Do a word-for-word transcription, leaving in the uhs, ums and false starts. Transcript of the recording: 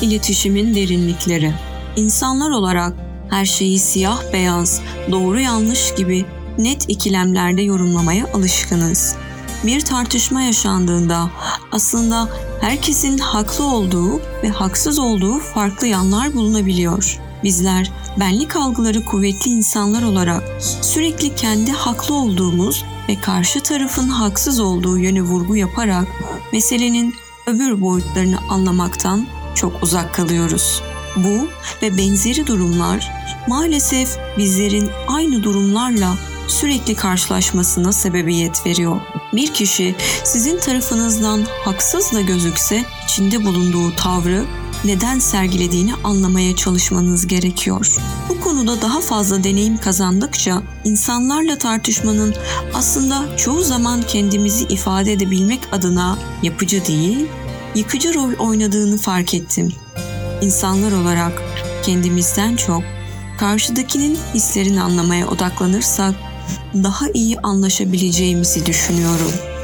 iletişimin derinlikleri. İnsanlar olarak her şeyi siyah beyaz, doğru yanlış gibi net ikilemlerde yorumlamaya alışkınız. Bir tartışma yaşandığında aslında herkesin haklı olduğu ve haksız olduğu farklı yanlar bulunabiliyor. Bizler benlik algıları kuvvetli insanlar olarak sürekli kendi haklı olduğumuz ve karşı tarafın haksız olduğu yöne vurgu yaparak meselenin öbür boyutlarını anlamaktan çok uzak kalıyoruz. Bu ve benzeri durumlar maalesef bizlerin aynı durumlarla sürekli karşılaşmasına sebebiyet veriyor. Bir kişi sizin tarafınızdan haksız da gözükse içinde bulunduğu tavrı neden sergilediğini anlamaya çalışmanız gerekiyor. Bu konuda daha fazla deneyim kazandıkça insanlarla tartışmanın aslında çoğu zaman kendimizi ifade edebilmek adına yapıcı değil, yıkıcı rol oynadığını fark ettim. İnsanlar olarak kendimizden çok karşıdakinin hislerini anlamaya odaklanırsak daha iyi anlaşabileceğimizi düşünüyorum.